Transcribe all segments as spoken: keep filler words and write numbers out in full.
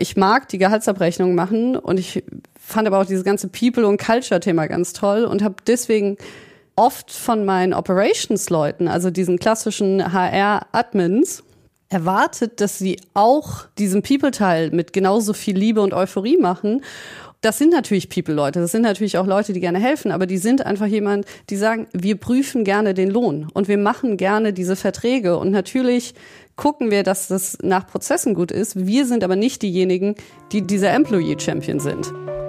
Ich mag die Gehaltsabrechnung machen und ich fand aber auch dieses ganze People- und Culture-Thema ganz toll und habe deswegen oft von meinen Operations-Leuten, also diesen klassischen H R-Admins, erwartet, dass sie auch diesen People-Teil mit genauso viel Liebe und Euphorie machen. Das sind natürlich People-Leute, das sind natürlich auch Leute, die gerne helfen, aber die sind einfach jemand, die sagen, wir prüfen gerne den Lohn und wir machen gerne diese Verträge und natürlich gucken wir, dass das nach Prozessen gut ist. Wir sind aber nicht diejenigen, die dieser Employee-Champion sind.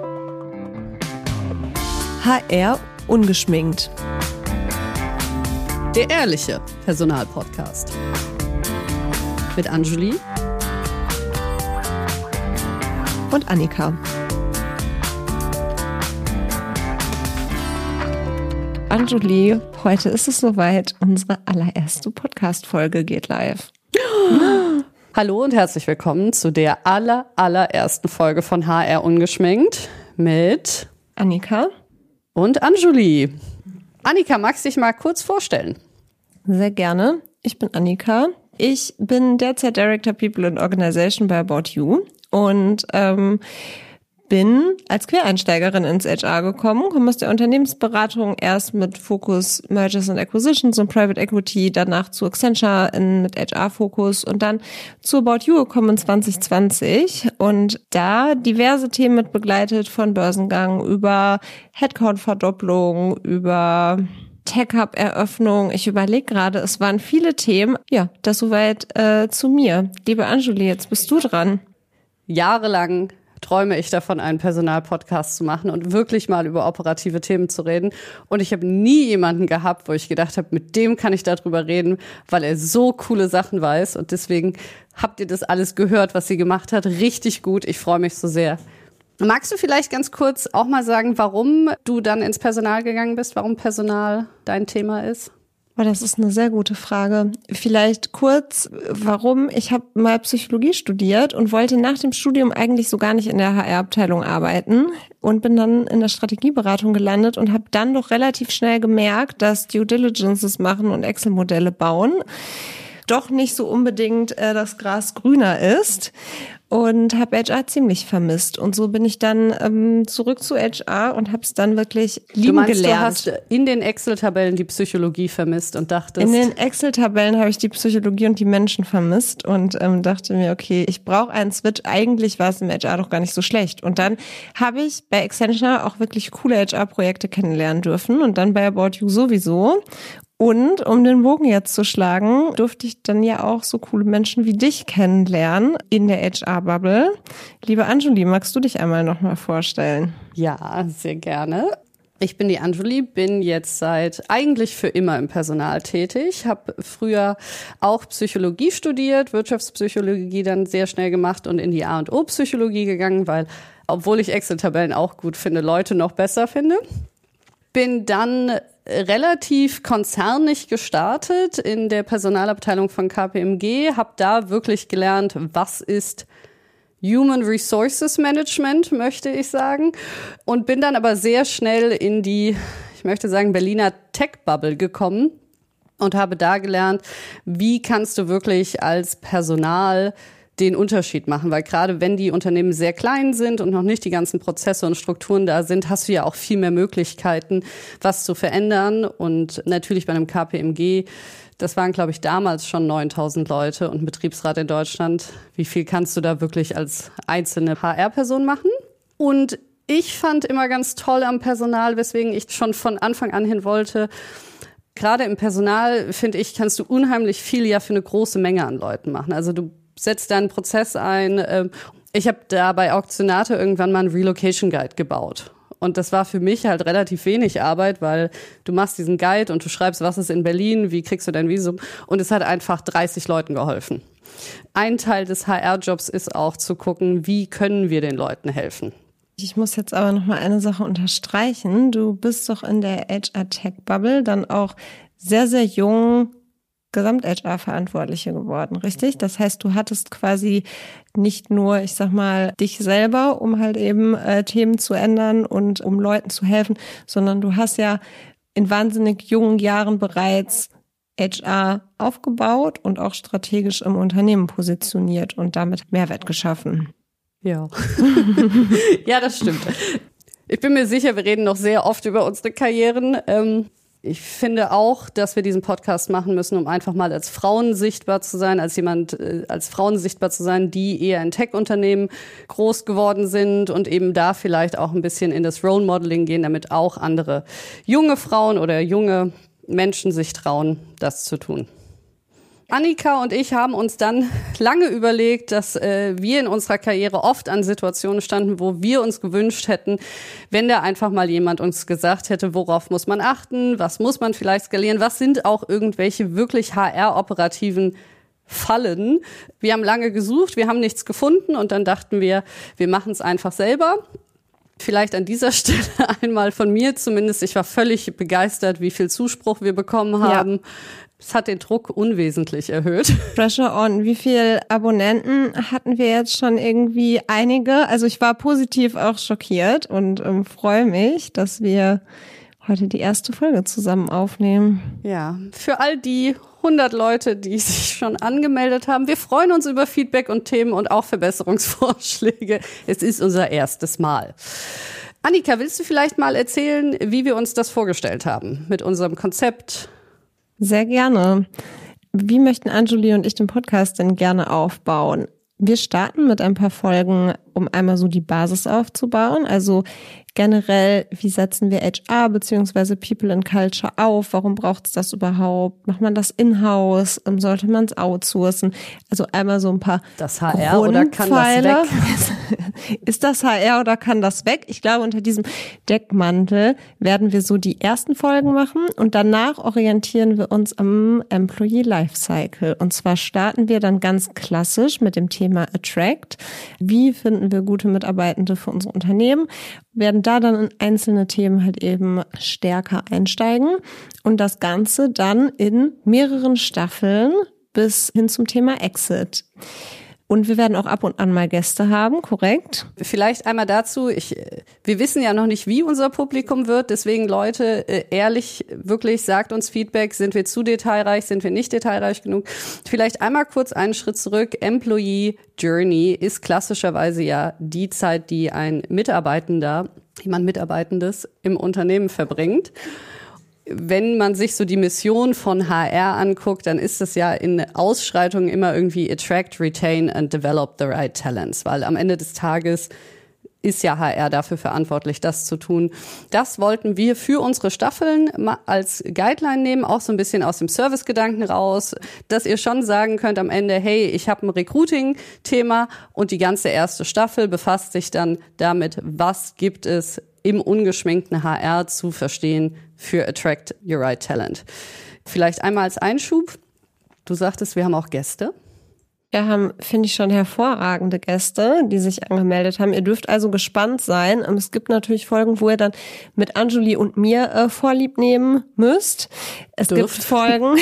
H R ungeschminkt. Der ehrliche Personalpodcast. Mit Anjuli und Annika. Anjuli, heute ist es soweit, unsere allererste Podcast-Folge geht live. Hallo und herzlich willkommen zu der aller, allerersten Folge von H R ungeschminkt mit Annika und Anjuli. Annika, magst du dich mal kurz vorstellen? Sehr gerne. Ich bin Annika. Ich bin derzeit Director People and Organization bei About You und ähm, bin als Quereinsteigerin ins H R gekommen, komme aus der Unternehmensberatung, erst mit Fokus Mergers and Acquisitions und Private Equity, danach zu Accenture in, mit H R-Fokus und dann zu About You gekommen in zwanzig zwanzig und da diverse Themen mit begleitet, von Börsengang über Headcount-Verdopplung, über Tech-Hub-Eröffnung. Ich überlege gerade, es waren viele Themen. Ja, das soweit äh, zu mir. Liebe Anjuli, jetzt bist du dran. Jahrelang träume ich davon, einen Personalpodcast zu machen und wirklich mal über operative Themen zu reden. Und ich habe nie jemanden gehabt, wo ich gedacht habe, mit dem kann ich darüber reden, weil er so coole Sachen weiß. Und deswegen habt ihr das alles gehört, was sie gemacht hat. Richtig gut. Ich freue mich so sehr. Magst du vielleicht ganz kurz auch mal sagen, warum du dann ins Personal gegangen bist, warum Personal dein Thema ist? Oh, das ist eine sehr gute Frage. Vielleicht kurz, warum? Ich habe mal Psychologie studiert und wollte nach dem Studium eigentlich so gar nicht in der H R-Abteilung arbeiten und bin dann in der Strategieberatung gelandet und habe dann doch relativ schnell gemerkt, dass Due Diligences machen und Excel-Modelle bauen doch nicht so unbedingt äh, das Gras grüner ist und habe H R ziemlich vermisst. Und so bin ich dann ähm, zurück zu H R und habe es dann wirklich lieben du meinst, gelernt. Du hast in den Excel-Tabellen die Psychologie vermisst und dachtest... In den Excel-Tabellen habe ich die Psychologie und die Menschen vermisst und ähm, dachte mir, okay, ich brauche einen Switch. Eigentlich war es im H R doch gar nicht so schlecht. Und dann habe ich bei Accenture auch wirklich coole H R-Projekte kennenlernen dürfen und dann bei About You sowieso. Und um den Bogen jetzt zu schlagen, durfte ich dann ja auch so coole Menschen wie dich kennenlernen in der H R-Bubble. Liebe Anjuli, magst du dich einmal nochmal vorstellen? Ja, sehr gerne. Ich bin die Anjuli, bin jetzt seit eigentlich für immer im Personal tätig, habe früher auch Psychologie studiert, Wirtschaftspsychologie dann sehr schnell gemacht und in die A und O-Psychologie gegangen, weil, obwohl ich Excel-Tabellen auch gut finde, Leute noch besser finde. Bin dann relativ konzernig gestartet in der Personalabteilung von K P M G, habe da wirklich gelernt, was ist Human Resources Management, möchte ich sagen, und bin dann aber sehr schnell in die, ich möchte sagen, Berliner Tech-Bubble gekommen und habe da gelernt, wie kannst du wirklich als Personal den Unterschied machen, weil gerade wenn die Unternehmen sehr klein sind und noch nicht die ganzen Prozesse und Strukturen da sind, hast du ja auch viel mehr Möglichkeiten, was zu verändern. Und natürlich bei einem K P M G, das waren, glaube ich, damals schon neuntausend Leute und ein Betriebsrat in Deutschland. Wie viel kannst du da wirklich als einzelne H R-Person machen? Und ich fand immer ganz toll am Personal, weswegen ich schon von Anfang an hin wollte, gerade im Personal, finde ich, kannst du unheimlich viel ja für eine große Menge an Leuten machen. Also du setzt da einen Prozess ein. Ich habe da bei Auktionate irgendwann mal einen Relocation Guide gebaut. Und das war für mich halt relativ wenig Arbeit, weil du machst diesen Guide und du schreibst, was ist in Berlin, wie kriegst du dein Visum. Und es hat einfach dreißig Leuten geholfen. Ein Teil des H R-Jobs ist auch zu gucken, wie können wir den Leuten helfen. Ich muss jetzt aber noch mal eine Sache unterstreichen. Du bist doch in der H R-Tech-Bubble dann auch sehr, sehr jung Gesamt-H R-Verantwortliche geworden, richtig? Das heißt, du hattest quasi nicht nur, ich sag mal, dich selber, um halt eben äh, Themen zu ändern und um Leuten zu helfen, sondern du hast ja in wahnsinnig jungen Jahren bereits H R aufgebaut und auch strategisch im Unternehmen positioniert und damit Mehrwert geschaffen. Ja. Ja, das stimmt. Ich bin mir sicher, wir reden noch sehr oft über unsere Karrieren. Ähm, ich finde auch, dass wir diesen Podcast machen müssen, um einfach mal als Frauen sichtbar zu sein, als jemand, äh, als Frauen sichtbar zu sein, die eher in Tech-Unternehmen groß geworden sind und eben da vielleicht auch ein bisschen in das Role-Modeling gehen, damit auch andere junge Frauen oder junge Menschen sich trauen, das zu tun. Annika und ich haben uns dann lange überlegt, dass äh, wir in unserer Karriere oft an Situationen standen, wo wir uns gewünscht hätten, wenn da einfach mal jemand uns gesagt hätte, worauf muss man achten, was muss man vielleicht skalieren, was sind auch irgendwelche wirklich H R-operativen Fallen. Wir haben lange gesucht, wir haben nichts gefunden und dann dachten wir, wir machen es einfach selber. Vielleicht an dieser Stelle einmal von mir zumindest. Ich war völlig begeistert, wie viel Zuspruch wir bekommen haben. Ja. Es hat den Druck unwesentlich erhöht. Pressure on. Wie viele Abonnenten hatten wir jetzt schon irgendwie? Einige. Also ich war positiv auch schockiert und ähm, freue mich, dass wir heute die erste Folge zusammen aufnehmen. Ja, für all die hundert Leute, die sich schon angemeldet haben. Wir freuen uns über Feedback und Themen und auch Verbesserungsvorschläge. Es ist unser erstes Mal. Annika, willst du vielleicht mal erzählen, wie wir uns das vorgestellt haben mit unserem Konzept? Sehr gerne. Wie möchten Anjuli und ich den Podcast denn gerne aufbauen? Wir starten mit ein paar Folgen, um einmal so die Basis aufzubauen. Also generell, wie setzen wir H R bzw. People and Culture auf? Warum braucht es das überhaupt? Macht man das in-house? Sollte man es outsourcen? Also einmal so ein paar Das H R oder kann das weg? Ist das H R oder kann das weg? Ich glaube, unter diesem Deckmantel werden wir so die ersten Folgen machen und danach orientieren wir uns am Employee Lifecycle. Und zwar starten wir dann ganz klassisch mit dem Thema Attract. Wie finden wir gute Mitarbeitende für unsere Unternehmen? Werden da dann in einzelne Themen halt eben stärker einsteigen und das Ganze dann in mehreren Staffeln bis hin zum Thema Exit. Und wir werden auch ab und an mal Gäste haben, korrekt? Vielleicht einmal dazu, ich, wir wissen ja noch nicht, wie unser Publikum wird, deswegen Leute, ehrlich, wirklich, sagt uns Feedback, sind wir zu detailreich, sind wir nicht detailreich genug? Vielleicht einmal kurz einen Schritt zurück. Employee Journey ist klassischerweise ja die Zeit, die ein Mitarbeitender, jemand Mitarbeitendes im Unternehmen verbringt. Wenn man sich so die Mission von H R anguckt, dann ist es ja in Ausschreitungen immer irgendwie attract, retain and develop the right talents, weil am Ende des Tages ist ja H R dafür verantwortlich, das zu tun. Das wollten wir für unsere Staffeln mal als Guideline nehmen, auch so ein bisschen aus dem Servicegedanken raus, dass ihr schon sagen könnt am Ende, hey, ich habe ein Recruiting-Thema und die ganze erste Staffel befasst sich dann damit, was gibt es im ungeschminkten H R zu verstehen für Attract Your Right Talent. Vielleicht einmal als Einschub. Du sagtest, wir haben auch Gäste. Wir haben, finde ich, schon hervorragende Gäste, die sich angemeldet haben. Ihr dürft also gespannt sein. Es gibt natürlich Folgen, wo ihr dann mit Anjuli und mir äh, Vorlieb nehmen müsst. Es Dürft. gibt Folgen...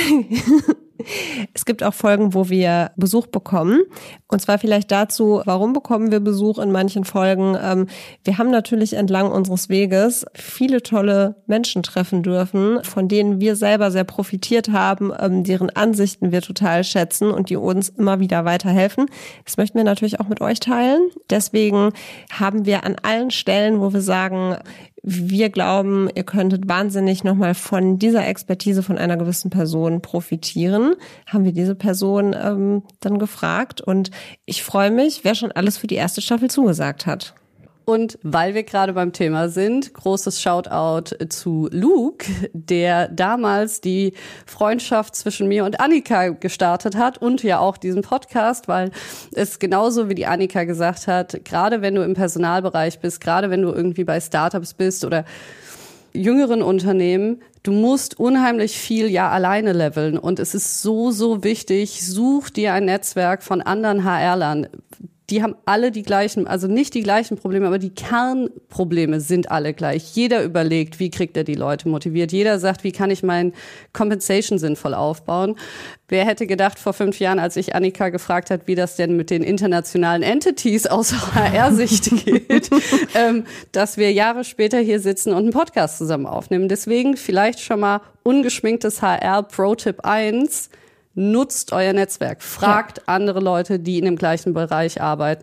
Es gibt auch Folgen, wo wir Besuch bekommen. Und zwar vielleicht dazu, warum bekommen wir Besuch in manchen Folgen? Ähm, wir haben natürlich entlang unseres Weges viele tolle Menschen treffen dürfen, von denen wir selber sehr profitiert haben, ähm, deren Ansichten wir total schätzen und die uns immer wieder weiterhelfen. Das möchten wir natürlich auch mit euch teilen. Deswegen haben wir an allen Stellen, wo wir sagen, wir glauben, ihr könntet wahnsinnig nochmal von dieser Expertise von einer gewissen Person profitieren, haben wir diese Person ähm, dann gefragt. Und ich freue mich, wer schon alles für die erste Staffel zugesagt hat. Und weil wir gerade beim Thema sind, großes Shoutout zu Luke, der damals die Freundschaft zwischen mir und Annika gestartet hat und ja auch diesen Podcast, weil es genauso wie die Annika gesagt hat, gerade wenn du im Personalbereich bist, gerade wenn du irgendwie bei Startups bist oder jüngeren Unternehmen, du musst unheimlich viel ja alleine leveln und es ist so, so wichtig, such dir ein Netzwerk von anderen H R-Lern. Die haben alle die gleichen, also nicht die gleichen Probleme, aber die Kernprobleme sind alle gleich. Jeder überlegt, wie kriegt er die Leute motiviert. Jeder sagt, wie kann ich mein Compensation sinnvoll aufbauen. Wer hätte gedacht vor fünf Jahren, als ich Annika gefragt hat, wie das denn mit den internationalen Entities aus H R-Sicht geht, ähm, dass wir Jahre später hier sitzen und einen Podcast zusammen aufnehmen. Deswegen vielleicht schon mal ungeschminktes H R Pro-Tipp eins. Nutzt euer Netzwerk. Fragt ja. andere Leute, die in dem gleichen Bereich arbeiten.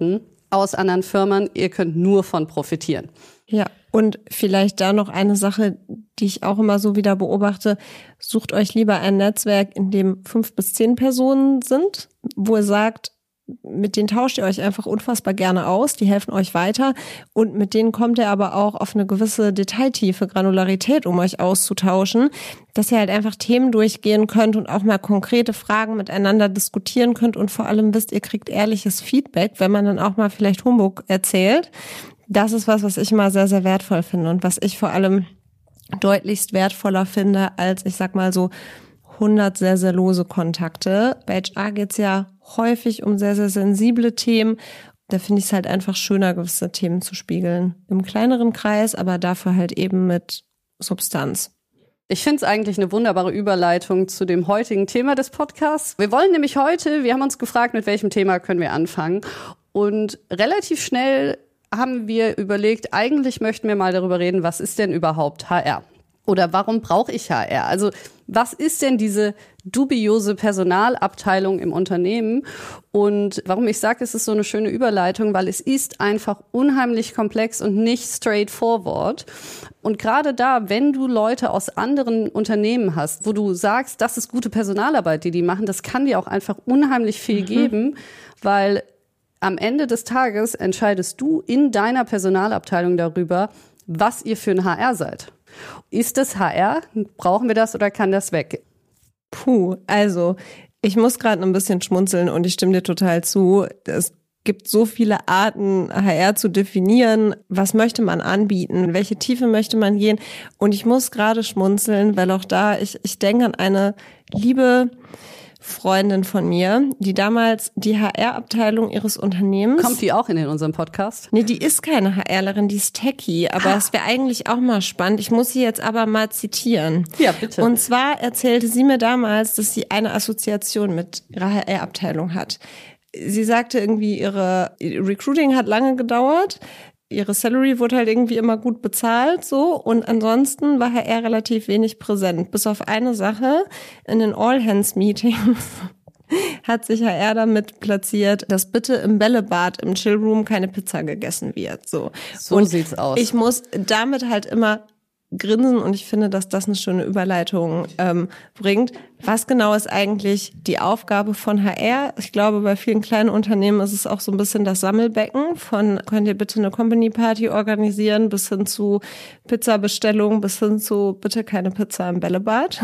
aus anderen Firmen. Ihr könnt nur von profitieren. Ja, und vielleicht da noch eine Sache, die ich auch immer so wieder beobachte. Sucht euch lieber ein Netzwerk, in dem fünf bis zehn Personen sind, wo ihr sagt, mit denen tauscht ihr euch einfach unfassbar gerne aus, die helfen euch weiter und mit denen kommt ihr aber auch auf eine gewisse Detailtiefe, Granularität, um euch auszutauschen, dass ihr halt einfach Themen durchgehen könnt und auch mal konkrete Fragen miteinander diskutieren könnt und vor allem wisst, ihr kriegt ehrliches Feedback, wenn man dann auch mal vielleicht Humbug erzählt. Das ist was, was ich immer sehr, sehr wertvoll finde und was ich vor allem deutlichst wertvoller finde als, ich sag mal so, hundert sehr, sehr lose Kontakte. Bei H R geht's ja häufig um sehr, sehr sensible Themen. Da finde ich es halt einfach schöner, gewisse Themen zu spiegeln. Im kleineren Kreis, aber dafür halt eben mit Substanz. Ich finde es eigentlich eine wunderbare Überleitung zu dem heutigen Thema des Podcasts. Wir wollen nämlich heute, wir haben uns gefragt, mit welchem Thema können wir anfangen. Und relativ schnell haben wir überlegt, eigentlich möchten wir mal darüber reden, was ist denn überhaupt H R? Oder warum brauche ich H R? Also was ist denn diese dubiose Personalabteilung im Unternehmen? Und warum ich sage, es ist so eine schöne Überleitung, weil es ist einfach unheimlich komplex und nicht straightforward. Und gerade da, wenn du Leute aus anderen Unternehmen hast, wo du sagst, das ist gute Personalarbeit, die die machen, das kann dir auch einfach unheimlich viel mhm. geben, weil am Ende des Tages entscheidest du in deiner Personalabteilung darüber, was ihr für ein H R seid. Ist das H R? Brauchen wir das oder kann das weg? Puh, also ich muss gerade ein bisschen schmunzeln und ich stimme dir total zu. Es gibt so viele Arten, H R zu definieren. Was möchte man anbieten? Welche Tiefe möchte man gehen? Und ich muss gerade schmunzeln, weil auch da, ich, ich denke an eine liebe Freundin von mir, die damals die H R-Abteilung ihres Unternehmens... Kommt die auch in unserem Podcast? Nee, die ist keine HRlerin, die ist Techie, aber es wäre eigentlich auch mal spannend. Ich muss sie jetzt aber mal zitieren. Ja, bitte. Und zwar erzählte sie mir damals, dass sie eine Assoziation mit ihrer H R-Abteilung hat. Sie sagte irgendwie, ihre Recruiting hat lange gedauert. Ihre Salary wurde halt irgendwie immer gut bezahlt, so. Und ansonsten war H R relativ wenig präsent. Bis auf eine Sache. In den All-Hands-Meetings hat sich H R damit platziert, dass bitte im Bällebad, im Chillroom keine Pizza gegessen wird, so. So und sieht's aus. Ich muss damit halt immer grinsen und ich finde, dass das eine schöne Überleitung ähm, bringt. Was genau ist eigentlich die Aufgabe von H R? Ich glaube, bei vielen kleinen Unternehmen ist es auch so ein bisschen das Sammelbecken von, könnt ihr bitte eine Company Party organisieren, bis hin zu Pizzabestellung, bis hin zu bitte keine Pizza im Bällebad.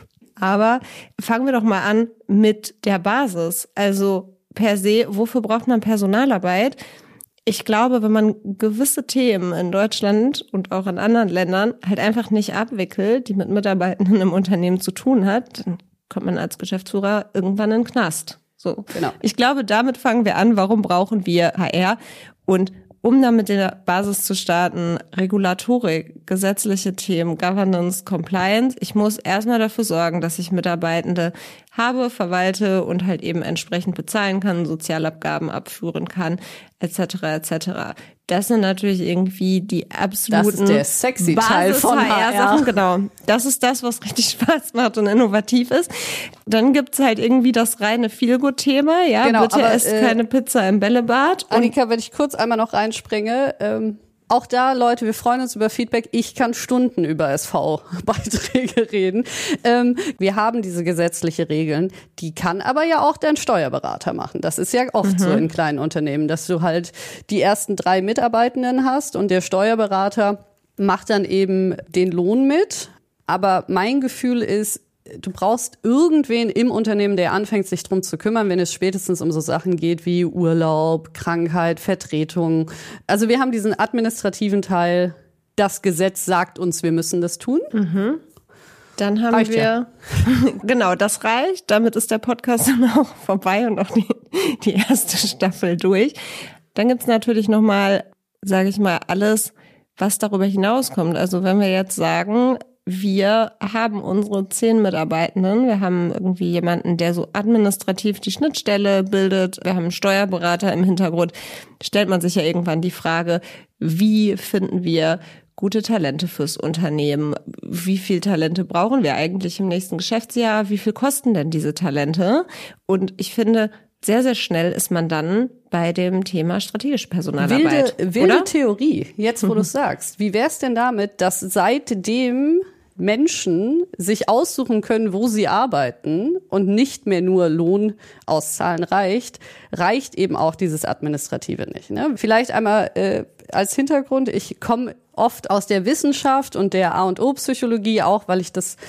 Aber fangen wir doch mal an mit der Basis. Also per se, wofür braucht man Personalarbeit? Ich glaube, wenn man gewisse Themen in Deutschland und auch in anderen Ländern halt einfach nicht abwickelt, die mit Mitarbeitenden im Unternehmen zu tun hat, dann kommt man als Geschäftsführer irgendwann in den Knast. So. Genau. Ich glaube, damit fangen wir an. Warum brauchen wir H R? Und um dann mit der Basis zu starten, Regulatorik, gesetzliche Themen, Governance, Compliance. Ich muss erstmal dafür sorgen, dass ich Mitarbeitende habe, verwalte und halt eben entsprechend bezahlen kann, Sozialabgaben abführen kann, et cetera et cetera. Das sind natürlich irgendwie die absoluten Das ist der sexy Teil von H R. Genau. Das ist das, was richtig Spaß macht und innovativ ist. Dann gibt's halt irgendwie das reine Feelgood-Thema. Ja, genau, bitte aber, esst äh, keine Pizza im Bällebad. Annika, wenn ich kurz einmal noch reinspringe, ähm, auch da, Leute, wir freuen uns über Feedback. Ich kann Stunden über S V-Beiträge reden. Ähm, wir haben diese gesetzliche Regeln. Die kann aber ja auch dein Steuerberater machen. Das ist ja oft mhm. so in kleinen Unternehmen, dass du halt die ersten drei Mitarbeitenden hast und der Steuerberater macht dann eben den Lohn mit. Aber mein Gefühl ist, du brauchst irgendwen im Unternehmen, der anfängt, sich drum zu kümmern, wenn es spätestens um so Sachen geht wie Urlaub, Krankheit, Vertretung. Also wir haben diesen administrativen Teil. Das Gesetz sagt uns, wir müssen das tun. Mhm. Dann haben reicht wir, ja. genau, das reicht. Damit ist der Podcast dann auch vorbei und auch die, die erste Staffel durch. Dann gibt's natürlich nochmal, sage ich mal, alles, was darüber hinauskommt. Also wenn wir jetzt sagen, wir haben unsere zehn Mitarbeitenden, wir haben irgendwie jemanden, der so administrativ die Schnittstelle bildet, wir haben einen Steuerberater im Hintergrund, stellt man sich ja irgendwann die Frage, wie finden wir gute Talente fürs Unternehmen? Wie viel Talente brauchen wir eigentlich im nächsten Geschäftsjahr? Wie viel kosten denn diese Talente? Und ich finde, sehr, sehr schnell ist man dann bei dem Thema strategische Personalarbeit. Wilde, wilde oder? Theorie, jetzt wo du es sagst. Wie wär's denn damit, dass seitdem Menschen sich aussuchen können, wo sie arbeiten und nicht mehr nur Lohn auszahlen reicht, reicht eben auch dieses Administrative nicht. Ne? Vielleicht einmal äh, als Hintergrund, ich komme oft aus der Wissenschaft und der A und O-Psychologie auch, weil ich das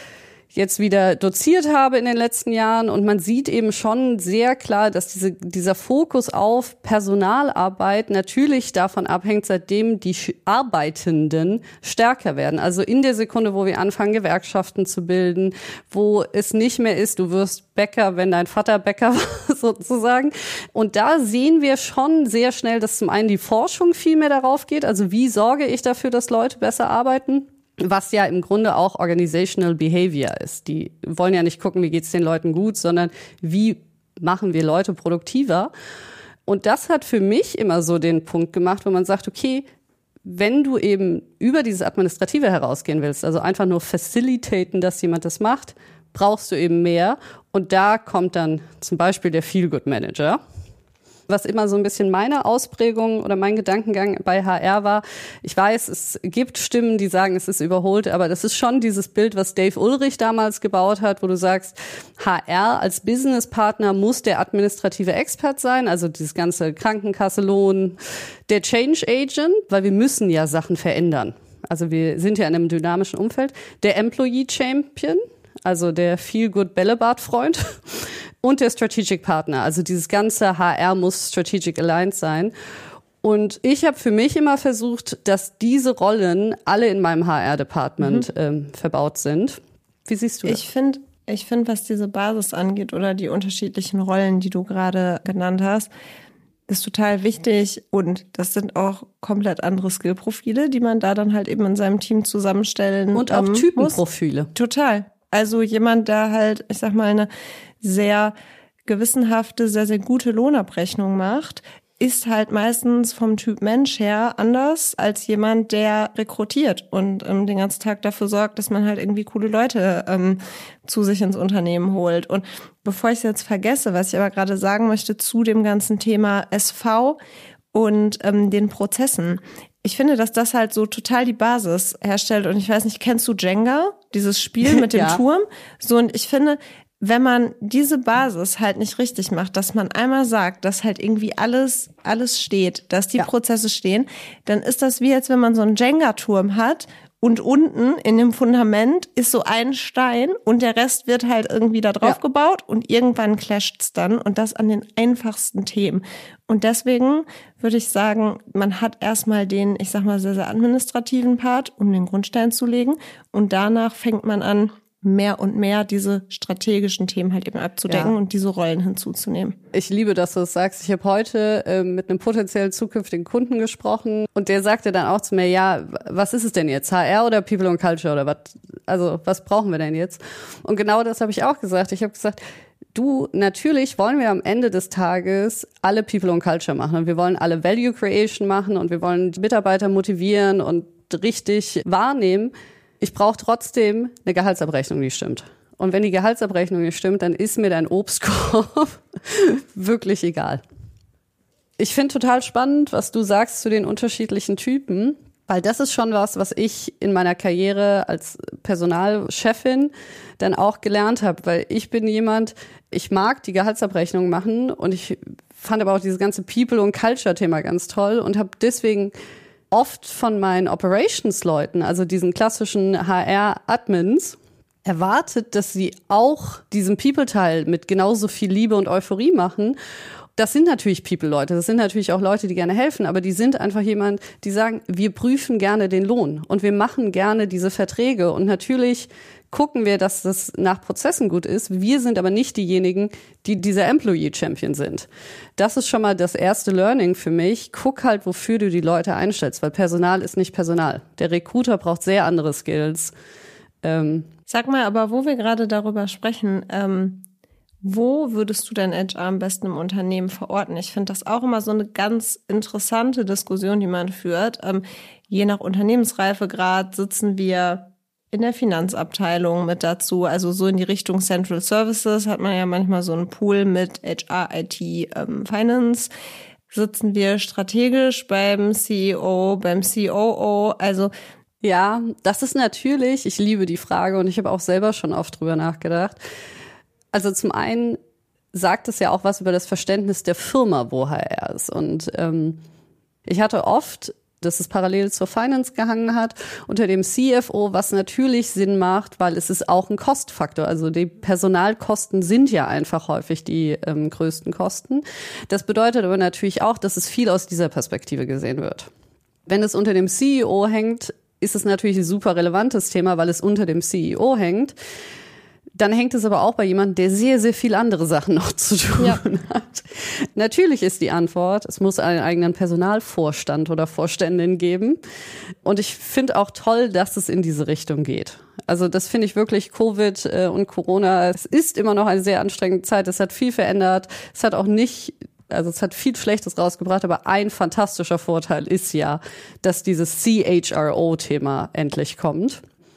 jetzt wieder doziert habe in den letzten Jahren, und man sieht eben schon sehr klar, dass diese, dieser Fokus auf Personalarbeit natürlich davon abhängt, seitdem die Arbeitenden stärker werden. Also in der Sekunde, wo wir anfangen, Gewerkschaften zu bilden, wo es nicht mehr ist, du wirst Bäcker, wenn dein Vater Bäcker war, sozusagen. Und da sehen wir schon sehr schnell, dass zum einen die Forschung viel mehr darauf geht, also wie sorge ich dafür, dass Leute besser arbeiten, was ja im Grunde auch Organizational Behavior ist. Die wollen ja nicht gucken, wie geht's den Leuten gut, sondern wie machen wir Leute produktiver. Und das hat für mich immer so den Punkt gemacht, wo man sagt, okay, wenn du eben über dieses Administrative herausgehen willst, also einfach nur facilitaten, dass jemand das macht, brauchst du eben mehr. Und da kommt dann zum Beispiel der Feel-Good-Manager. Was immer so ein bisschen meine Ausprägung oder mein Gedankengang bei H R war, ich weiß, es gibt Stimmen, die sagen, es ist überholt, aber das ist schon dieses Bild, was Dave Ulrich damals gebaut hat, wo du sagst, H R als Businesspartner muss der administrative Expert sein, also dieses ganze Krankenkasse, Lohn, der Change Agent, weil wir müssen ja Sachen verändern. Also wir sind ja in einem dynamischen Umfeld. Der Employee Champion, also der Feel-Good-Bällebad-Freund. Und der Strategic Partner, also dieses ganze H R muss strategic aligned sein. Und ich habe für mich immer versucht, dass diese Rollen alle in meinem H R-Department mhm. ähm, verbaut sind. Wie siehst du das? Ich finde, ich finde, was diese Basis angeht oder die unterschiedlichen Rollen, die du gerade genannt hast, ist total wichtig. Und das sind auch komplett andere Skillprofile, die man da dann halt eben in seinem Team zusammenstellen Und auch ähm, Typenprofile. Muss. Total. Also jemand, der halt, ich sag mal, eine sehr gewissenhafte, sehr, sehr gute Lohnabrechnung macht, ist halt meistens vom Typ Mensch her anders als jemand, der rekrutiert und ähm, den ganzen Tag dafür sorgt, dass man halt irgendwie coole Leute ähm, zu sich ins Unternehmen holt. Und bevor ich es jetzt vergesse, was ich aber gerade sagen möchte zu dem ganzen Thema S V und ähm, den Prozessen. Ich finde, dass das halt so total die Basis herstellt. Und ich weiß nicht, kennst du Jenga? Dieses Spiel mit dem ja. Turm? So, und ich finde, wenn man diese Basis halt nicht richtig macht, dass man einmal sagt, dass halt irgendwie alles alles steht, dass die ja. Prozesse stehen, dann ist das wie, als wenn man so einen Jenga-Turm hat und unten in dem Fundament ist so ein Stein und der Rest wird halt irgendwie da drauf ja. gebaut und irgendwann clasht's dann und das an den einfachsten Themen. Und deswegen würde ich sagen, man hat erstmal den, ich sag mal, sehr, sehr administrativen Part, um den Grundstein zu legen und danach fängt man an, mehr und mehr diese strategischen Themen halt eben abzudecken ja. und diese Rollen hinzuzunehmen. Ich liebe, dass du das sagst. Ich habe heute äh, mit einem potenziell zukünftigen Kunden gesprochen und der sagte dann auch zu mir, ja, was ist es denn jetzt? H R oder People and Culture oder was? Also was brauchen wir denn jetzt? Und genau das habe ich auch gesagt. Ich habe gesagt, du, natürlich wollen wir am Ende des Tages alle People and Culture machen und wir wollen alle Value Creation machen und wir wollen die Mitarbeiter motivieren und richtig wahrnehmen. Ich brauche trotzdem eine Gehaltsabrechnung, die stimmt. Und wenn die Gehaltsabrechnung nicht stimmt, dann ist mir dein Obstkorb wirklich egal. Ich finde total spannend, was du sagst zu den unterschiedlichen Typen, weil das ist schon was, was ich in meiner Karriere als Personalchefin dann auch gelernt habe, weil ich bin jemand, ich mag die Gehaltsabrechnung machen und ich fand aber auch dieses ganze People- und Culture-Thema ganz toll und habe deswegen oft von meinen Operations-Leuten, also diesen klassischen H R-Admins, erwartet, dass sie auch diesen People-Teil mit genauso viel Liebe und Euphorie machen. Das sind natürlich People-Leute, das sind natürlich auch Leute, die gerne helfen, aber die sind einfach jemand, die sagen, wir prüfen gerne den Lohn und wir machen gerne diese Verträge und natürlich gucken wir, dass das nach Prozessen gut ist. Wir sind aber nicht diejenigen, die dieser Employee-Champion sind. Das ist schon mal das erste Learning für mich. Guck halt, wofür du die Leute einstellst, weil Personal ist nicht Personal. Der Recruiter braucht sehr andere Skills. Ähm Sag mal, aber wo wir gerade darüber sprechen, ähm, wo würdest du dein H R am besten im Unternehmen verorten? Ich finde das auch immer so eine ganz interessante Diskussion, die man führt. Ähm, je nach Unternehmensreifegrad sitzen wir in der Finanzabteilung mit dazu. Also so in die Richtung Central Services hat man ja manchmal so einen Pool mit H R, I T, ähm, Finance. Sitzen wir strategisch beim C E O, beim C O O, also ja, das ist natürlich, ich liebe die Frage und ich habe auch selber schon oft drüber nachgedacht. Also zum einen sagt es ja auch was über das Verständnis der Firma, wo H R ist. Und ähm, ich hatte oft, dass es parallel zur Finance gehangen hat, unter dem C F O, was natürlich Sinn macht, weil es ist auch ein Kostfaktor. Also die Personalkosten sind ja einfach häufig die ähm, größten Kosten. Das bedeutet aber natürlich auch, dass es viel aus dieser Perspektive gesehen wird. Wenn es unter dem C E O hängt, ist es natürlich ein super relevantes Thema, weil es unter dem C E O hängt. Dann hängt es aber auch bei jemandem, der sehr, sehr viel andere Sachen noch zu tun ja. hat. Natürlich ist die Antwort, es muss einen eigenen Personalvorstand oder Vorständin geben. Und ich finde auch toll, dass es in diese Richtung geht. Also das finde ich wirklich, Covid und Corona, es ist immer noch eine sehr anstrengende Zeit. Es hat viel verändert. Es hat auch nicht, also es hat viel Schlechtes rausgebracht, aber ein fantastischer Vorteil ist ja, dass dieses C H R O-Thema endlich kommt.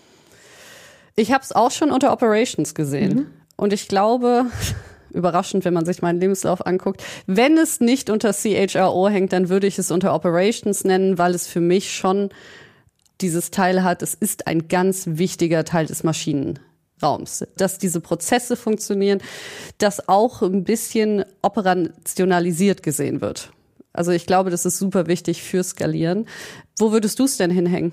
Ich habe es auch schon unter Operations gesehen. Mhm. Und ich glaube, überraschend, wenn man sich meinen Lebenslauf anguckt, wenn es nicht unter C H R O hängt, dann würde ich es unter Operations nennen, weil es für mich schon dieses Teil hat, es ist ein ganz wichtiger Teil des Maschinenraums, dass diese Prozesse funktionieren, dass auch ein bisschen operationalisiert gesehen wird. Also ich glaube, das ist super wichtig für Skalieren. Wo würdest du es denn hinhängen?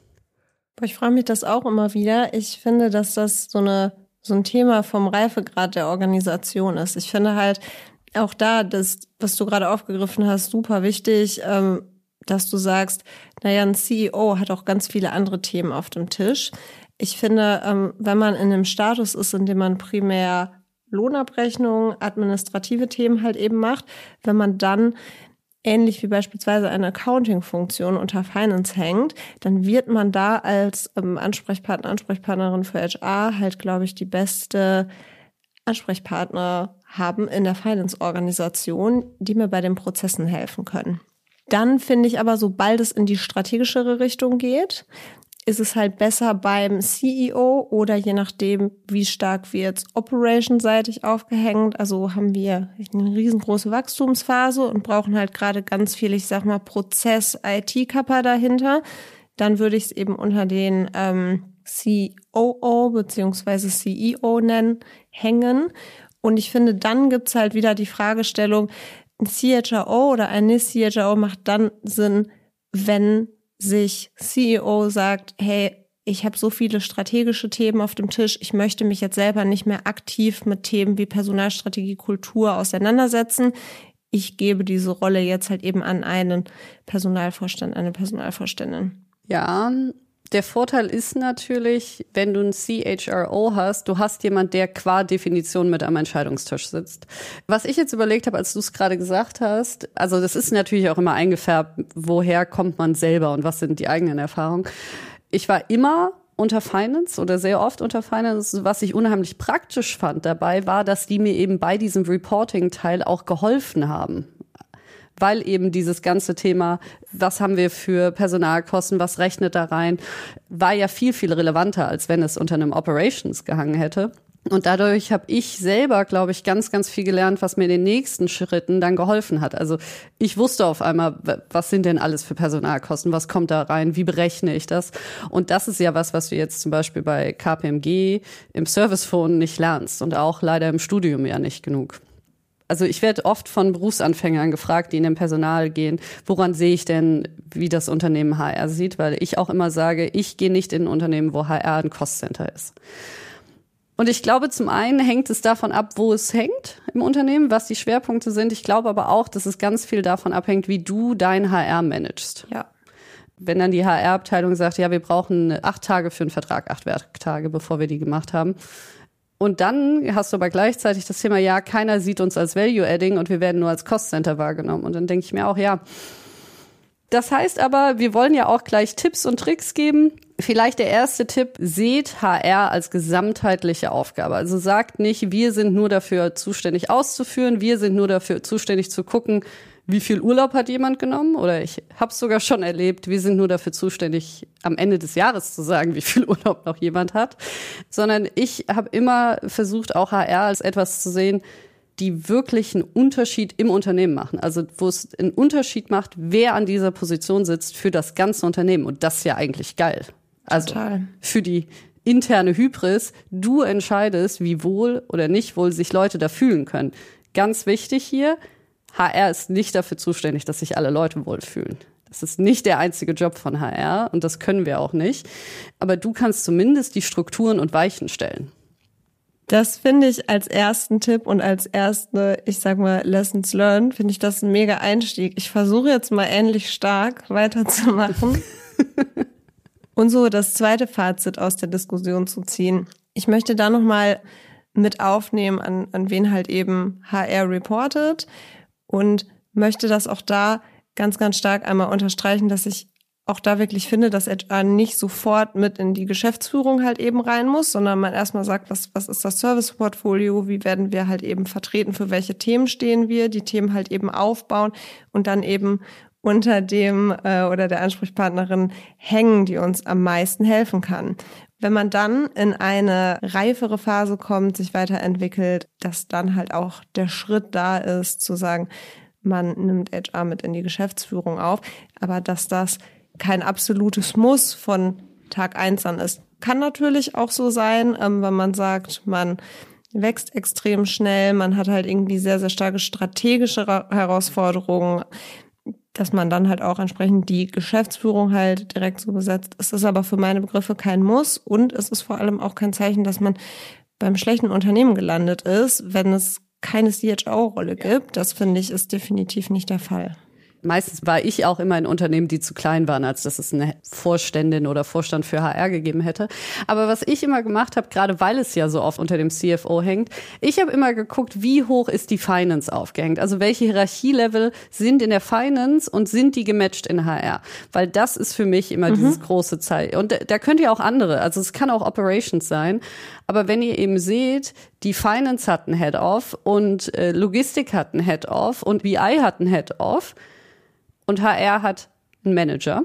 Ich frage mich das auch immer wieder. Ich finde, dass das so eine so ein Thema vom Reifegrad der Organisation ist. Ich finde halt auch da, das, was du gerade aufgegriffen hast, super wichtig, ähm, dass du sagst, naja, ein C E O hat auch ganz viele andere Themen auf dem Tisch. Ich finde, ähm, wenn man in einem Status ist, in dem man primär Lohnabrechnung, administrative Themen halt eben macht, wenn man dann ähnlich wie beispielsweise eine Accounting-Funktion unter Finance hängt, dann wird man da als ähm, Ansprechpartner, Ansprechpartnerin für H R halt, glaube ich, die beste Ansprechpartner haben in der Finance-Organisation, die mir bei den Prozessen helfen können. Dann finde ich aber, sobald es in die strategischere Richtung geht, ist es halt besser beim C E O oder je nachdem, wie stark wir jetzt operationseitig aufgehängt. Also haben wir eine riesengroße Wachstumsphase und brauchen halt gerade ganz viel, ich sag mal, Prozess-I T-Kappa dahinter. Dann würde ich es eben unter den ähm, C O O beziehungsweise C E O nennen, hängen. Und ich finde, dann gibt's halt wieder die Fragestellung, ein C H R O oder eine C H R O macht dann Sinn, wenn sich C E O sagt, hey, ich habe so viele strategische Themen auf dem Tisch, ich möchte mich jetzt selber nicht mehr aktiv mit Themen wie Personalstrategie, Kultur auseinandersetzen. Ich gebe diese Rolle jetzt halt eben an einen Personalvorstand, eine Personalvorständin. Ja, der Vorteil ist natürlich, wenn du ein C H R O hast, du hast jemand, der qua Definition mit am Entscheidungstisch sitzt. Was ich jetzt überlegt habe, als du es gerade gesagt hast, also das ist natürlich auch immer eingefärbt, woher kommt man selber und was sind die eigenen Erfahrungen. Ich war immer unter Finance oder sehr oft unter Finance. Was ich unheimlich praktisch fand dabei, war, dass die mir eben bei diesem Reporting-Teil auch geholfen haben. Weil eben dieses ganze Thema, was haben wir für Personalkosten, was rechnet da rein, war ja viel, viel relevanter, als wenn es unter einem Operations gehangen hätte. Und dadurch habe ich selber, glaube ich, ganz, ganz viel gelernt, was mir in den nächsten Schritten dann geholfen hat. Also ich wusste auf einmal, was sind denn alles für Personalkosten, was kommt da rein, wie berechne ich das? Und das ist ja was, was du jetzt zum Beispiel bei K P M G im Servicephone nicht lernst und auch leider im Studium ja nicht genug. Also ich werde oft von Berufsanfängern gefragt, die in den Personal gehen, woran sehe ich denn, wie das Unternehmen H R sieht? Weil ich auch immer sage, ich gehe nicht in ein Unternehmen, wo H R ein Cost-Center ist. Und ich glaube, zum einen hängt es davon ab, wo es hängt im Unternehmen, was die Schwerpunkte sind. Ich glaube aber auch, dass es ganz viel davon abhängt, wie du dein H R managst. Ja. Wenn dann die H R-Abteilung sagt, ja, wir brauchen acht Tage für einen Vertrag, acht Werktage, bevor wir die gemacht haben. Und dann hast du aber gleichzeitig das Thema, ja, keiner sieht uns als Value-Adding und wir werden nur als Cost-Center wahrgenommen. Und dann denke ich mir auch, ja, das heißt aber, wir wollen ja auch gleich Tipps und Tricks geben. Vielleicht der erste Tipp, seht H R als gesamtheitliche Aufgabe. Also sagt nicht, wir sind nur dafür zuständig auszuführen, wir sind nur dafür zuständig zu gucken, wie viel Urlaub hat jemand genommen? Oder ich habe es sogar schon erlebt, wir sind nur dafür zuständig, am Ende des Jahres zu sagen, wie viel Urlaub noch jemand hat. Sondern ich habe immer versucht, auch H R als etwas zu sehen, die wirklich einen Unterschied im Unternehmen machen. Also wo es einen Unterschied macht, wer an dieser Position sitzt für das ganze Unternehmen. Und das ist ja eigentlich geil. Also Total. Für die interne Hybris, du entscheidest, wie wohl oder nicht wohl sich Leute da fühlen können. Ganz wichtig hier, H R ist nicht dafür zuständig, dass sich alle Leute wohlfühlen. Das ist nicht der einzige Job von H R und das können wir auch nicht. Aber du kannst zumindest die Strukturen und Weichen stellen. Das finde ich als ersten Tipp und als erste, ich sag mal, Lessons learned, finde ich das ein mega Einstieg. Ich versuche jetzt mal ähnlich stark weiterzumachen und so das zweite Fazit aus der Diskussion zu ziehen. Ich möchte da nochmal mit aufnehmen, an, an wen halt eben H R reportet und möchte das auch da ganz, ganz stark einmal unterstreichen, dass ich auch da wirklich finde, dass H R nicht sofort mit in die Geschäftsführung halt eben rein muss, sondern man erstmal sagt, was, was ist das Serviceportfolio, wie werden wir halt eben vertreten, für welche Themen stehen wir, die Themen halt eben aufbauen und dann eben unter dem äh, oder der Ansprechpartnerin hängen, die uns am meisten helfen kann. Wenn man dann in eine reifere Phase kommt, sich weiterentwickelt, dass dann halt auch der Schritt da ist, zu sagen, man nimmt H R mit in die Geschäftsführung auf, aber dass das kein absolutes Muss von Tag eins an ist. Kann natürlich auch so sein, ähm, wenn man sagt, man wächst extrem schnell, man hat halt irgendwie sehr, sehr starke strategische Herausforderungen, dass man dann halt auch entsprechend die Geschäftsführung halt direkt so besetzt. Es ist aber für meine Begriffe kein Muss und es ist vor allem auch kein Zeichen, dass man beim schlechten Unternehmen gelandet ist, wenn es keine C H O-Rolle gibt. Das finde ich ist definitiv nicht der Fall. Meistens war ich auch immer in Unternehmen, die zu klein waren, als dass es eine Vorständin oder Vorstand für H R gegeben hätte. Aber was ich immer gemacht habe, gerade weil es ja so oft unter dem C F O hängt, ich habe immer geguckt, wie hoch ist die Finance aufgehängt? Also welche Hierarchielevel sind in der Finance und sind die gematcht in H R? Weil das ist für mich immer mhm. dieses große Zeichen. Und da, da könnt ihr auch andere, also es kann auch Operations sein. Aber wenn ihr eben seht, die Finance hat einen Head-Off und äh, Logistik hat einen Head-Off und B I hat einen Head-Off, und H R hat einen Manager.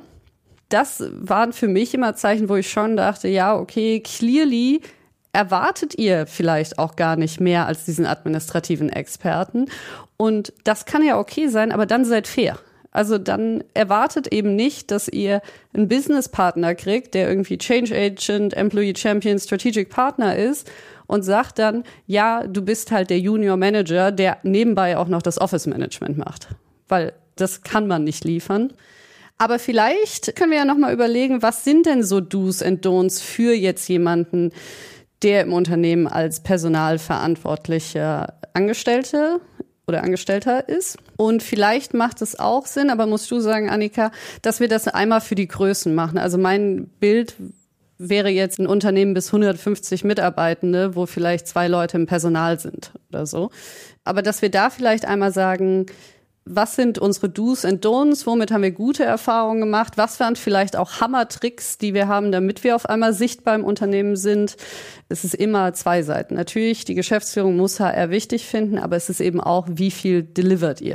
Das waren für mich immer Zeichen, wo ich schon dachte, ja, okay, clearly erwartet ihr vielleicht auch gar nicht mehr als diesen administrativen Experten. Und das kann ja okay sein, aber dann seid fair. Also dann erwartet eben nicht, dass ihr einen Businesspartner kriegt, der irgendwie Change Agent, Employee Champion, Strategic Partner ist und sagt dann, ja, du bist halt der Junior Manager, der nebenbei auch noch das Office Management macht. Weil das kann man nicht liefern. Aber vielleicht können wir ja noch mal überlegen, was sind denn so Do's and Don'ts für jetzt jemanden, der im Unternehmen als personalverantwortlicher Angestellte oder Angestellter ist. Und vielleicht macht es auch Sinn, aber musst du sagen, Annika, dass wir das einmal für die Größen machen. Also mein Bild wäre jetzt ein Unternehmen bis hundertfünfzig Mitarbeitende, wo vielleicht zwei Leute im Personal sind oder so. Aber dass wir da vielleicht einmal sagen, was sind unsere Do's and Don'ts? Womit haben wir gute Erfahrungen gemacht? Was waren vielleicht auch Hammertricks, die wir haben, damit wir auf einmal sichtbar im Unternehmen sind? Es ist immer zwei Seiten. Natürlich, die Geschäftsführung muss H R wichtig finden, aber es ist eben auch, wie viel delivert ihr?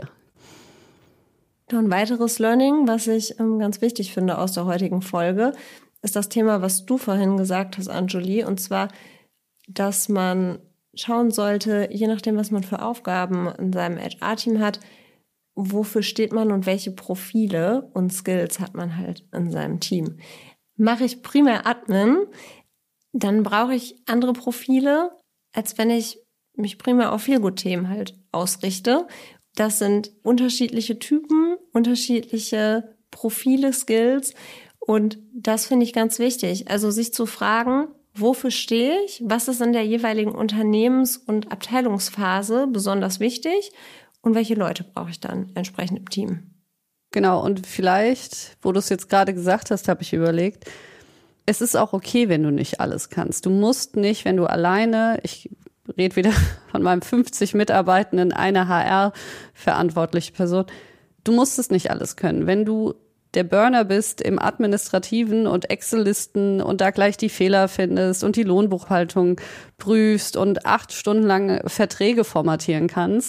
Ein weiteres Learning, was ich ähm, ganz wichtig finde aus der heutigen Folge, ist das Thema, was du vorhin gesagt hast, Anjuli, und zwar, dass man schauen sollte, je nachdem, was man für Aufgaben in seinem H R-Team hat, wofür steht man und welche Profile und Skills hat man halt in seinem Team. Mache ich primär Admin, dann brauche ich andere Profile, als wenn ich mich primär auf Feelgood-Themen halt ausrichte. Das sind unterschiedliche Typen, unterschiedliche Profile, Skills und das finde ich ganz wichtig. Also sich zu fragen, wofür stehe ich, was ist in der jeweiligen Unternehmens- und Abteilungsphase besonders wichtig und welche Leute brauche ich dann entsprechend im Team? Genau, und vielleicht, wo du es jetzt gerade gesagt hast, habe ich überlegt, es ist auch okay, wenn du nicht alles kannst. Du musst nicht, wenn du alleine, ich rede wieder von meinem fünfzig Mitarbeitenden, eine H R-verantwortliche Person, du musst es nicht alles können. Wenn du der Burner bist im Administrativen und Excel-Listen und da gleich die Fehler findest und die Lohnbuchhaltung prüfst und acht Stunden lang Verträge formatieren kannst,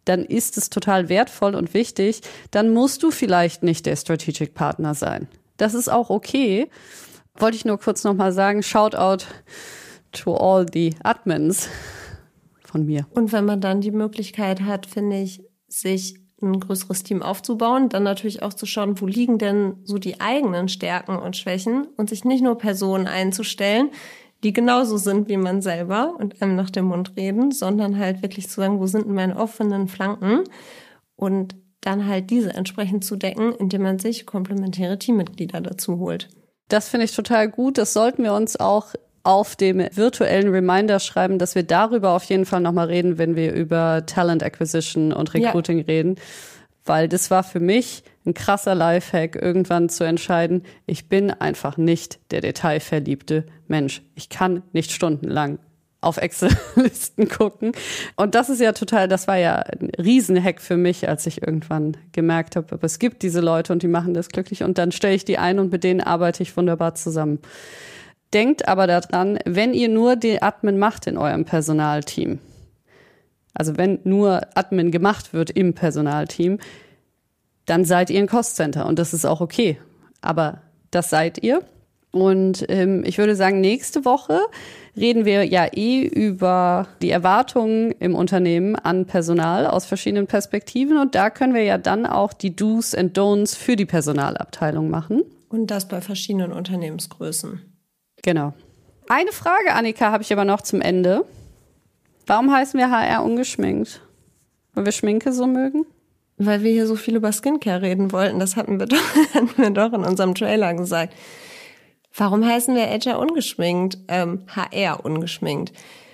dann ist es total wertvoll und wichtig. Dann musst du vielleicht nicht der Strategic Partner sein. Das ist auch okay. Wollte ich nur kurz nochmal sagen, Shoutout to all the Admins von mir. Und wenn man dann die Möglichkeit hat, finde ich, sich ein größeres Team aufzubauen, dann natürlich auch zu schauen, wo liegen denn so die eigenen Stärken und Schwächen und sich nicht nur Personen einzustellen, die genauso sind wie man selber und einem nach dem Mund reden, sondern halt wirklich zu sagen, wo sind denn meine offenen Flanken und dann halt diese entsprechend zu decken, indem man sich komplementäre Teammitglieder dazu holt. Das finde ich total gut. Das sollten wir uns auch auf dem virtuellen Reminder schreiben, dass wir darüber auf jeden Fall nochmal reden, wenn wir über Talent Acquisition und Recruiting ja. reden. Weil das war für mich ein krasser Lifehack, irgendwann zu entscheiden, ich bin einfach nicht der detailverliebte Mensch. Ich kann nicht stundenlang auf Excel-Listen gucken. Und das ist ja total, das war ja ein Riesenhack für mich, als ich irgendwann gemerkt habe, aber es gibt diese Leute und die machen das glücklich und dann stelle ich die ein und mit denen arbeite ich wunderbar zusammen. Denkt aber daran, wenn ihr nur den Admin macht in eurem Personalteam, also wenn nur Admin gemacht wird im Personalteam, dann seid ihr ein Cost-Center und das ist auch okay. Aber das seid ihr. Und ähm, ich würde sagen, nächste Woche reden wir ja eh über die Erwartungen im Unternehmen an Personal aus verschiedenen Perspektiven. Und da können wir ja dann auch die Do's and Don'ts für die Personalabteilung machen. Und das bei verschiedenen Unternehmensgrößen. Genau. Eine Frage, Annika, habe ich aber noch zum Ende. Warum heißen wir H R ungeschminkt? Weil wir Schminke so mögen? Weil wir hier so viel über Skincare reden wollten. Das hatten wir doch, hatten wir doch in unserem Trailer gesagt. Warum heißen wir H R ungeschminkt? Ähm, H R ungeschminkt.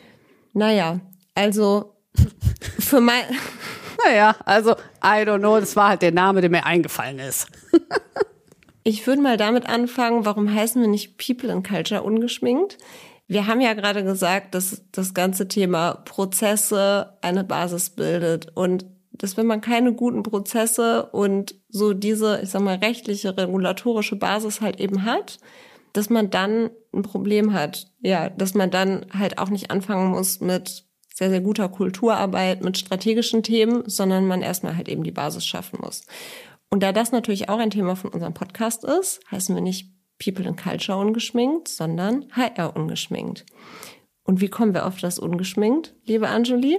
Naja, also für mein... Naja, also I don't know, das war halt der Name, der mir eingefallen ist. Ich würde mal damit anfangen, warum heißen wir nicht People and Culture ungeschminkt? Wir haben ja gerade gesagt, dass das ganze Thema Prozesse eine Basis bildet und dass wenn man keine guten Prozesse und so diese, ich sag mal, rechtliche, regulatorische Basis halt eben hat, dass man dann ein Problem hat. Ja, dass man dann halt auch nicht anfangen muss mit sehr, sehr guter Kulturarbeit, mit strategischen Themen, sondern man erstmal halt eben die Basis schaffen muss. Und da das natürlich auch ein Thema von unserem Podcast ist, heißen wir nicht People and Culture ungeschminkt, sondern H R ungeschminkt. Und wie kommen wir auf das ungeschminkt, liebe Anjuli?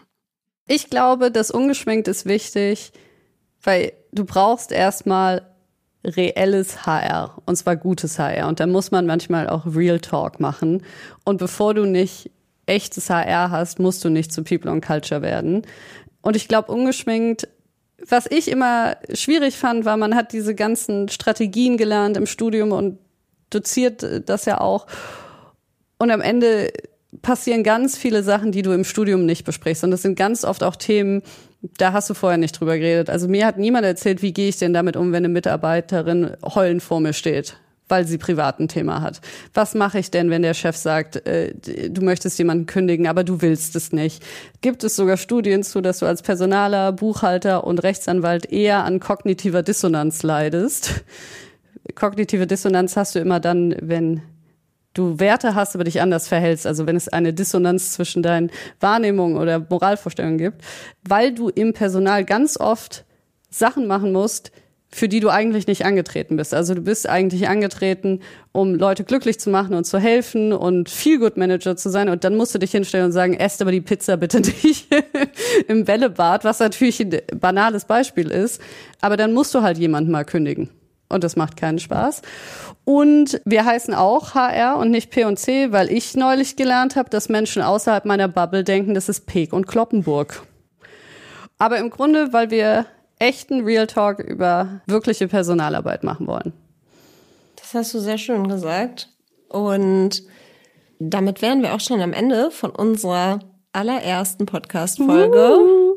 Ich glaube, das ungeschminkt ist wichtig, weil du brauchst erstmal reelles H R, und zwar gutes H R. Und da muss man manchmal auch Real Talk machen. Und bevor du nicht echtes H R hast, musst du nicht zu People and Culture werden. Und ich glaube, ungeschminkt, was ich immer schwierig fand, war, man hat diese ganzen Strategien gelernt im Studium und doziert das ja auch. Und am Ende passieren ganz viele Sachen, die du im Studium nicht besprichst. Und das sind ganz oft auch Themen, da hast du vorher nicht drüber geredet. Also mir hat niemand erzählt, wie gehe ich denn damit um, wenn eine Mitarbeiterin heulend vor mir steht, weil sie privat ein Thema hat. Was mache ich denn, wenn der Chef sagt, äh, du möchtest jemanden kündigen, aber du willst es nicht? Gibt es sogar Studien zu, dass du als Personaler, Buchhalter und Rechtsanwalt eher an kognitiver Dissonanz leidest? Kognitive Dissonanz hast du immer dann, wenn du Werte hast, aber dich anders verhältst, also wenn es eine Dissonanz zwischen deinen Wahrnehmungen oder Moralvorstellungen gibt, weil du im Personal ganz oft Sachen machen musst, für die du eigentlich nicht angetreten bist. Also du bist eigentlich angetreten, um Leute glücklich zu machen und zu helfen und Feel-Good-Manager zu sein. Und dann musst du dich hinstellen und sagen, esst aber die Pizza bitte nicht im Bällebad, was natürlich ein banales Beispiel ist. Aber dann musst du halt jemanden mal kündigen. Und das macht keinen Spaß. Und wir heißen auch H R und nicht P und C, weil ich neulich gelernt habe, dass Menschen außerhalb meiner Bubble denken, das ist Peek und Cloppenburg. Aber im Grunde, weil wir echten Real Talk über wirkliche Personalarbeit machen wollen. Das hast du sehr schön gesagt. Und damit wären wir auch schon am Ende von unserer allerersten Podcast-Folge. Uh.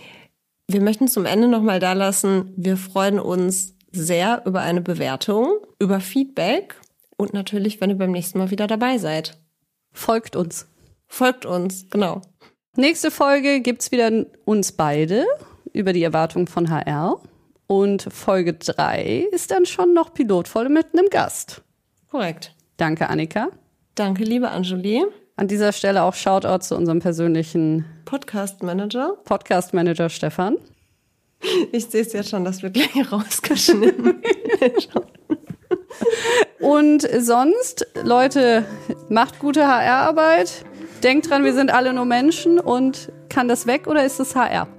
Wir möchten zum Ende nochmal da lassen, wir freuen uns sehr über eine Bewertung, über Feedback und natürlich, wenn ihr beim nächsten Mal wieder dabei seid. Folgt uns. Folgt uns, genau. Nächste Folge gibt's wieder uns beide über die Erwartungen von H R. Und Folge drei ist dann schon noch pilotvoll mit einem Gast. Korrekt. Danke, Annika. Danke, liebe Anjuli. An dieser Stelle auch Shoutout zu unserem persönlichen Podcast-Manager. Podcast-Manager Stefan. Ich sehe es ja schon, das wird gleich rausgeschnitten. Und sonst, Leute, macht gute H R-Arbeit. Denkt dran, wir sind alle nur Menschen und kann das weg oder ist es H R?